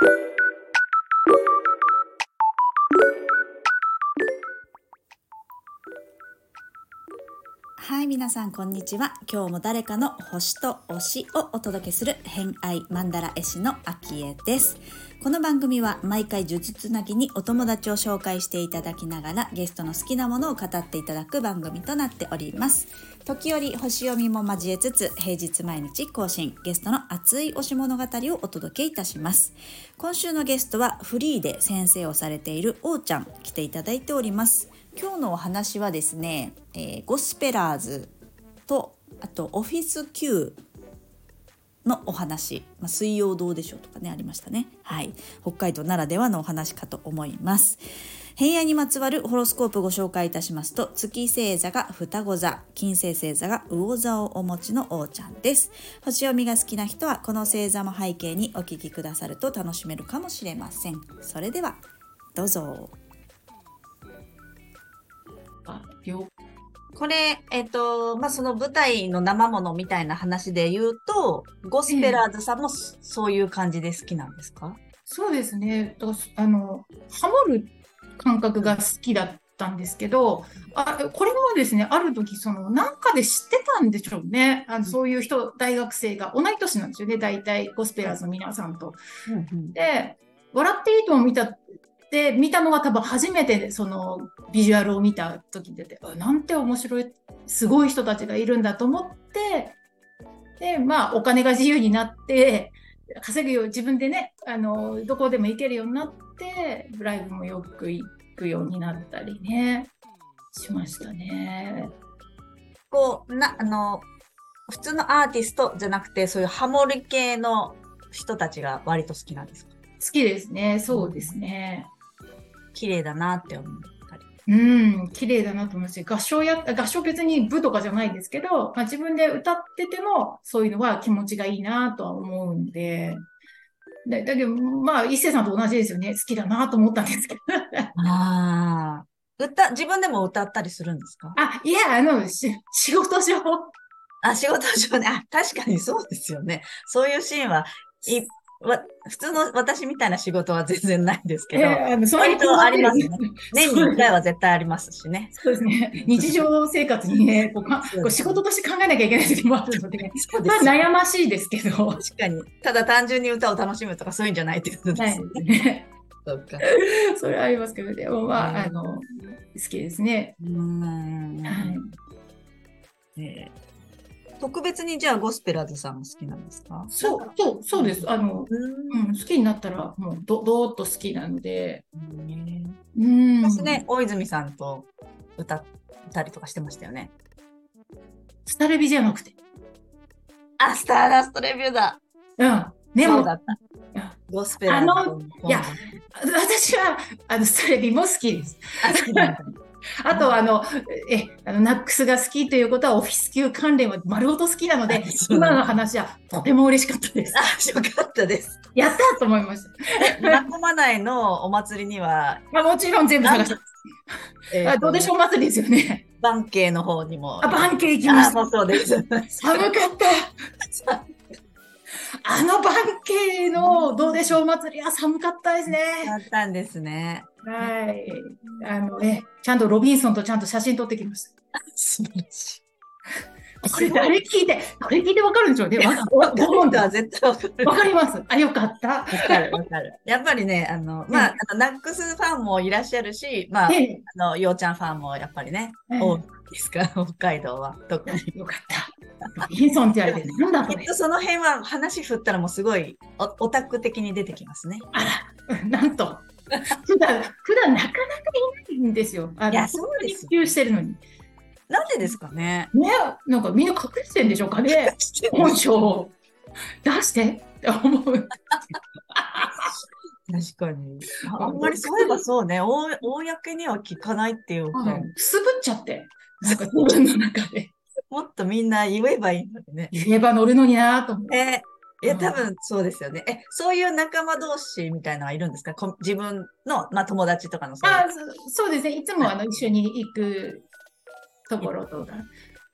はい、皆さんこんにちは。今日も誰かの星と推しをお届けする偏愛マンダラ絵師のあきえです。この番組は毎回呪術つなぎにお友達を紹介していただきながらゲストの好きなものを語っていただく番組となっております。時折星読みも交えつつ平日毎日更新、ゲストの熱い推し物語をお届けいたします。今週のゲストはフリーで先生をされているおーちゃん来ていただいております。今日のお話はですね、ゴスペラーズとあとオフィス Q のお話、水曜どうでしょうとかねありましたね。はい、北海道ならではのお話かと思います。偏愛にまつわるホロスコープご紹介いたしますと、月星座が双子座、金星星座が魚座をお持ちのおーちゃんです。星読みが好きな人はこの星座も背景にお聞きくださると楽しめるかもしれません。それではどうぞ。これ、その舞台の生ものみたいな話で言うと、ゴスペラーズさんもそういう感じで好きなんですか？ そうですね。ハモる感覚が好きだったんですけど、これもですね、ある時、なんかで知ってたんでしょうね。そういう人、大学生が同い年なんですよね。大体、ゴスペラーズの皆さんと。で、笑っていいとも見たのが多分初めてそのビジュアルを見た時で、なんて面白い、すごい人たちがいるんだと思って、で、お金が自由になって、稼ぐよう、自分でね、どこでも行けるようになって、ライブもよく行くようになったりね、しましたね。 普通のアーティストじゃなくて、そういうハモリ系の人たちが割と好きなんですか？ 好きですね。そうですね。 綺麗だなって思ったり。綺麗だなと思うし、合唱別に部とかじゃないですけど、自分で歌ってても、そういうのは気持ちがいいなとは思うんで、だけど、一星さんと同じですよね。好きだなと思ったんですけど。 自分でも歌ったりするんですか？ いや、仕事上。 仕事上ね。確かにそうですよね。そういうシーン普通の私みたいな仕事は全然ないですけど、割とありますね。年に1回は絶対ありますしね。 そうですね。日常生活にね、仕事として考えなきゃいけない時もあるので、悩ましいですけど。 確かに。ただ単純に歌を楽しむとかそういうんじゃないってことですね。 そうか。 それはありますけど、でも好きですね。 特別にじゃあゴスペラーズさんも好きなんですか？ そうです。好きになったらもうどーっと好きなので。 私ね、大泉さんと歌ったりとかしてましたよね。 スタレビじゃなくて。 スターダストレビューだ。 でも。そうだった。ゴスペラーズ。 いや、私はスタレビも好きです。 好きなんだ。 あとナックスが好きということはオフィス級関連は丸ごと好きなので、今の話はとても嬉しかったです。 よかったです。 やったと思いました。 仲間内のお祭りには、 もちろん全部探した。どうでしょう祭りですよね。 バンケイの方にも。 バンケイ行きました。 そうです。 寒かった。バンケイのどうでしょう祭りは寒かったですね。 だったんですね。 はい。ちゃんとロビンソンとちゃんと写真撮ってきました。 素晴らしい。 これ聞いてわかるんでしょうね。 わかる人は絶対わかる。 わかります。よかった。 わかる。やっぱりね、ナックスファンもいらっしゃるし、ようちゃんファンもやっぱりね、多いですから、北海道は特に。 よかった。ヒンソンって言われて、なんだと。 きっとその辺は話振ったらもうすごいオタク的に出てきますね。 なんと。普段なかなかいないんですよ。 いや、そうですよ。 普及してるのに。 なんでですかね。 なんかみんな隠してんでしょうかね。本性を出してって思う。確かに。あんまりそういえばそうね、公には聞かないっていうか。 くすぶっちゃって、なんか自分の中で。 もっとみんな言えばいいのでね。 言えば乗るのになと思って。 多分そうですよね。そういう仲間同士みたいなのはいるんですか？自分の、友達とかのそうですね。いつも一緒に行くところとか。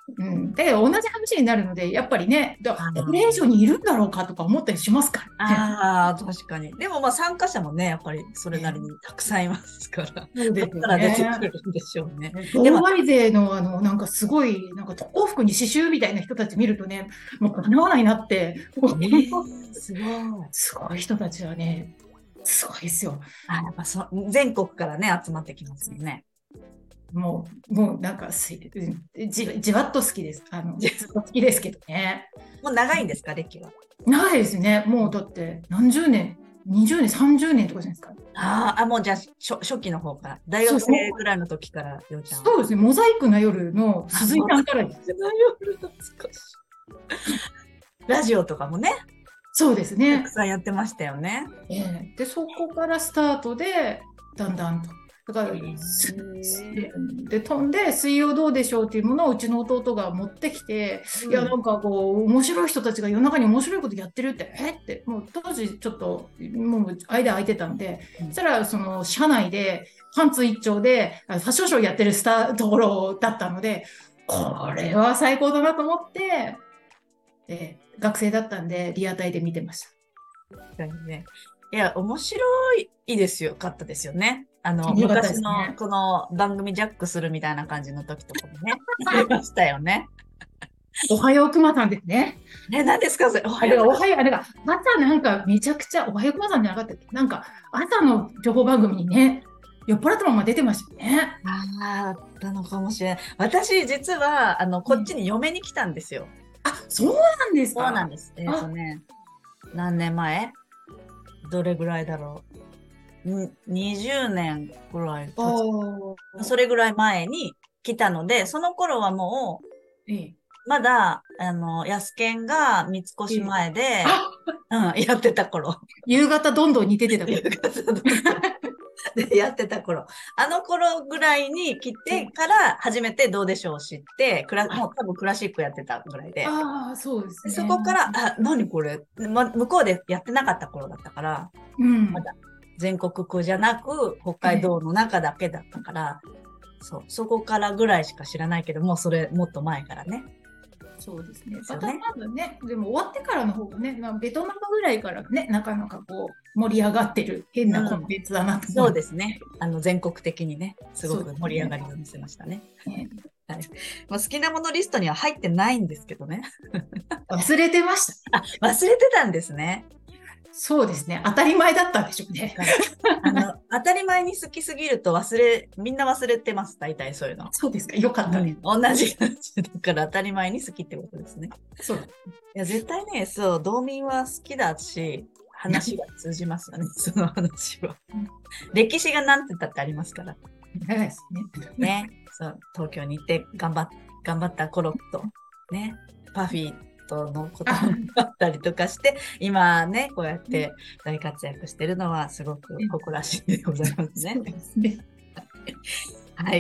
で、同じ話になるので、やっぱりね、 あこれ以上にいるんだろうかとか思ったりしますからね。 あー、確かに。でもまあ参加者もね、やっぱりそれなりにたくさんいますから、 そうですよだから出てくね。 るんでしょうね。でも、 同割税のなんかすごい、なんか特攻服に刺繍みたいな人たち見るとね、もうかなわないなって、 すごい。 すごい人たちはね、すごいですよ。 やっぱ全国からね、集まってきますよね。 もうなんかじわっと好きです。ずっと好きですけどね。 もう長いんですか、歴は。 長いですね。もうだって何十年、20年、30年とかじゃないですか。 もうじゃあ初期の方から、大学そうそう。 生ぐらいの時から、ようちゃんは。 そうですね。モザイクな夜の鈴井さんからです。 夜懐かしい。ラジオとかもね、 そうですたくね。 さんやってましたよね。 で、そこからスタートで、だんだんと。だから、で、飛んで、水曜どうでしょうっていうものをうちの弟が持ってきて、いや、なんかこう、面白い人たちが夜中に面白いことやってるって、って、もう当時ちょっと、もう間空いてたんで、そしたら、その、社内で、パンツ一丁で、ファッションショーやってるところだったので、これは最高だなと思って、学生だったんで、リアタイで見てました。 確かにね。いや、面白いですよ、かったですよね。 よかったです昔のね。 この番組ジャックするみたいな感じの時とかもね、ありましたよね。 おはようくまさんですね。 何ですか、それ。 あれが、おはよう、あれが、朝なんかめちゃくちゃ、おはようくまさんじゃなかったっけ、なんか、朝の情報番組にね、酔っ払ったまま出てましたよね。 あったのかもしれない。私、実は、こっちに嫁に来たんですよ。 そうなんですそうなか。 んです。何年前どれぐらいだろう。20年ぐらい経つ。それぐらい前に来たので、その頃はもう、まだ、安健が三越前で、やってた頃。 夕方どんどん似てた頃。 でやってた頃。あの頃ぐらいに来てから初めてどうでしょうを知って、もう多分クラシックやってたぐらいで。 そうですね。 そこから、何これ、向こうでやってなかった頃だったから、まだ全国区じゃなく、北海道の中だけだったから、そこからぐらいしか知らないけども、それもっと前からね。 そうですね。また多分ね、でも終わってからの方がね、ベトナムぐらいからね、なかなかこう盛り上がってる変なコンテンツだなと思そうですね。全国的にね、すごく盛り上がりを見せましたね。はい。好きなものリストには入ってないんですけどね。 忘れてました。 忘れてたんですね。 そうですね。当たり前だったんでしょうね。 当たり前に好きすぎるとみんな忘れてます。大体そういうの。 そうですか。よかったね。 同じ感じだから当たり前に好きってことですね。 そう。 いや、絶対ね、道民は好きだし、話が通じますよね、その話は。歴史がなんて言ったってありますから。 長いですね。 東京に行って頑張った頃と、ね、パフィーのことだったりとかして、今ね、こうやって大活躍してるのはすごく誇らしいでございますね。 そうですね。 はい。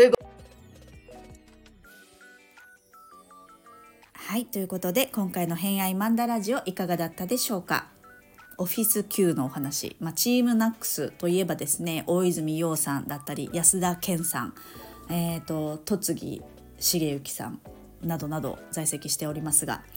はい、ということで今回の偏愛マンダラジオいかがだったでしょうか。オフィス級のお話、チームナックスといえばですね、大泉洋さんだったり安田顕さん、戸次重幸さんなどなど在籍しておりますが、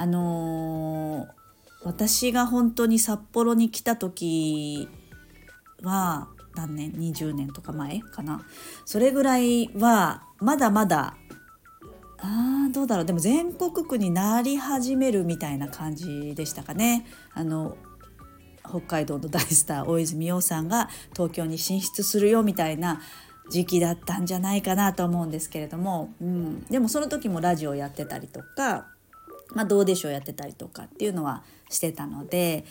私が本当に札幌に来た時は何年20年とか前かな、それぐらいはまだまだどうだろう、でも全国区になり始めるみたいな感じでしたかね。北海道の大スター大泉洋さんが東京に進出するよみたいな時期だったんじゃないかなと思うんですけれども、でもその時もラジオやってたりとか、どうでしょうやってたりとかっていうのはしてたので、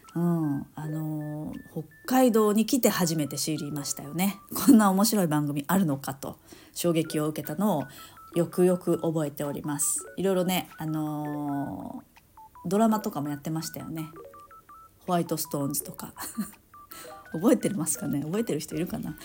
北海道に来て初めて知りましたよね。こんな面白い番組あるのかと衝撃を受けたのをよくよく覚えております。いろいろね、ドラマとかもやってましたよね。ホワイトストーンズとか覚えてますかね。覚えてる人いるかな。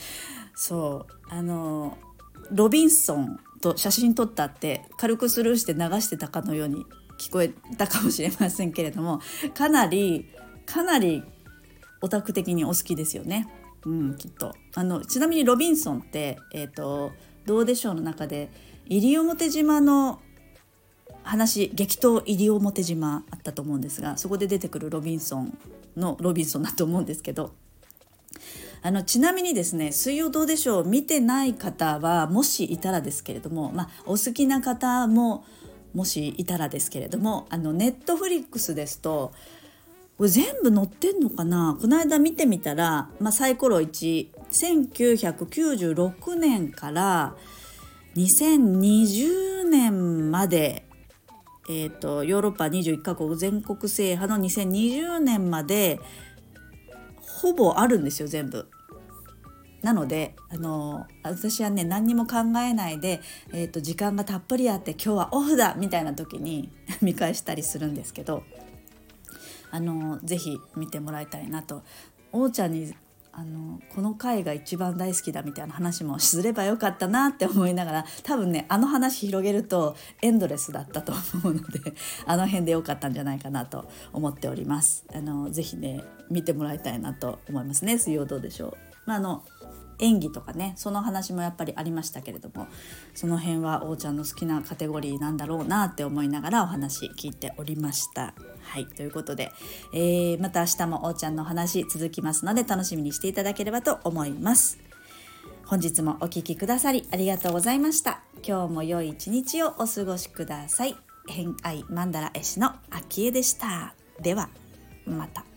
ロビンソンと写真撮ったって軽くスルーして流してたかのように聞こえたかもしれませんけれども、かなりオタク的にお好きですよね。きっとちなみにロビンソンってどうでしょうの中で西表島の話、激闘西表島あったと思うんですが、そこで出てくるロビンソンのロビンソンだと思うんですけど、ちなみにですね、水曜どうでしょう見てない方はもしいたらですけれども、お好きな方ももしいたらですけれども、ネットフリックスですとこれ全部載ってんのかな。この間見てみたら、サイコロ1、1996年から2020年まで、ヨーロッパ21カ国全国制覇の2020年までほぼあるんですよ、全部。なので私はね、何にも考えないで、時間がたっぷりあって今日はオフだみたいな時に見返したりするんですけど、ぜひ見てもらいたいなと。おーちゃんにこの回が一番大好きだみたいな話もすればよかったなって思いながら、多分ね話広げるとエンドレスだったと思うので辺でよかったんじゃないかなと思っております。ぜひね見てもらいたいなと思いますね。水曜どうでしょう。演技とかね、その話もやっぱりありましたけれども、その辺はおーちゃんの好きなカテゴリーなんだろうなって思いながらお話聞いておりました。はい、ということで、また明日もおーちゃんのお話続きますので楽しみにしていただければと思います。本日もお聞きくださりありがとうございました。今日も良い一日をお過ごしください。偏愛マンダラ絵師のあきえでした。ではまた。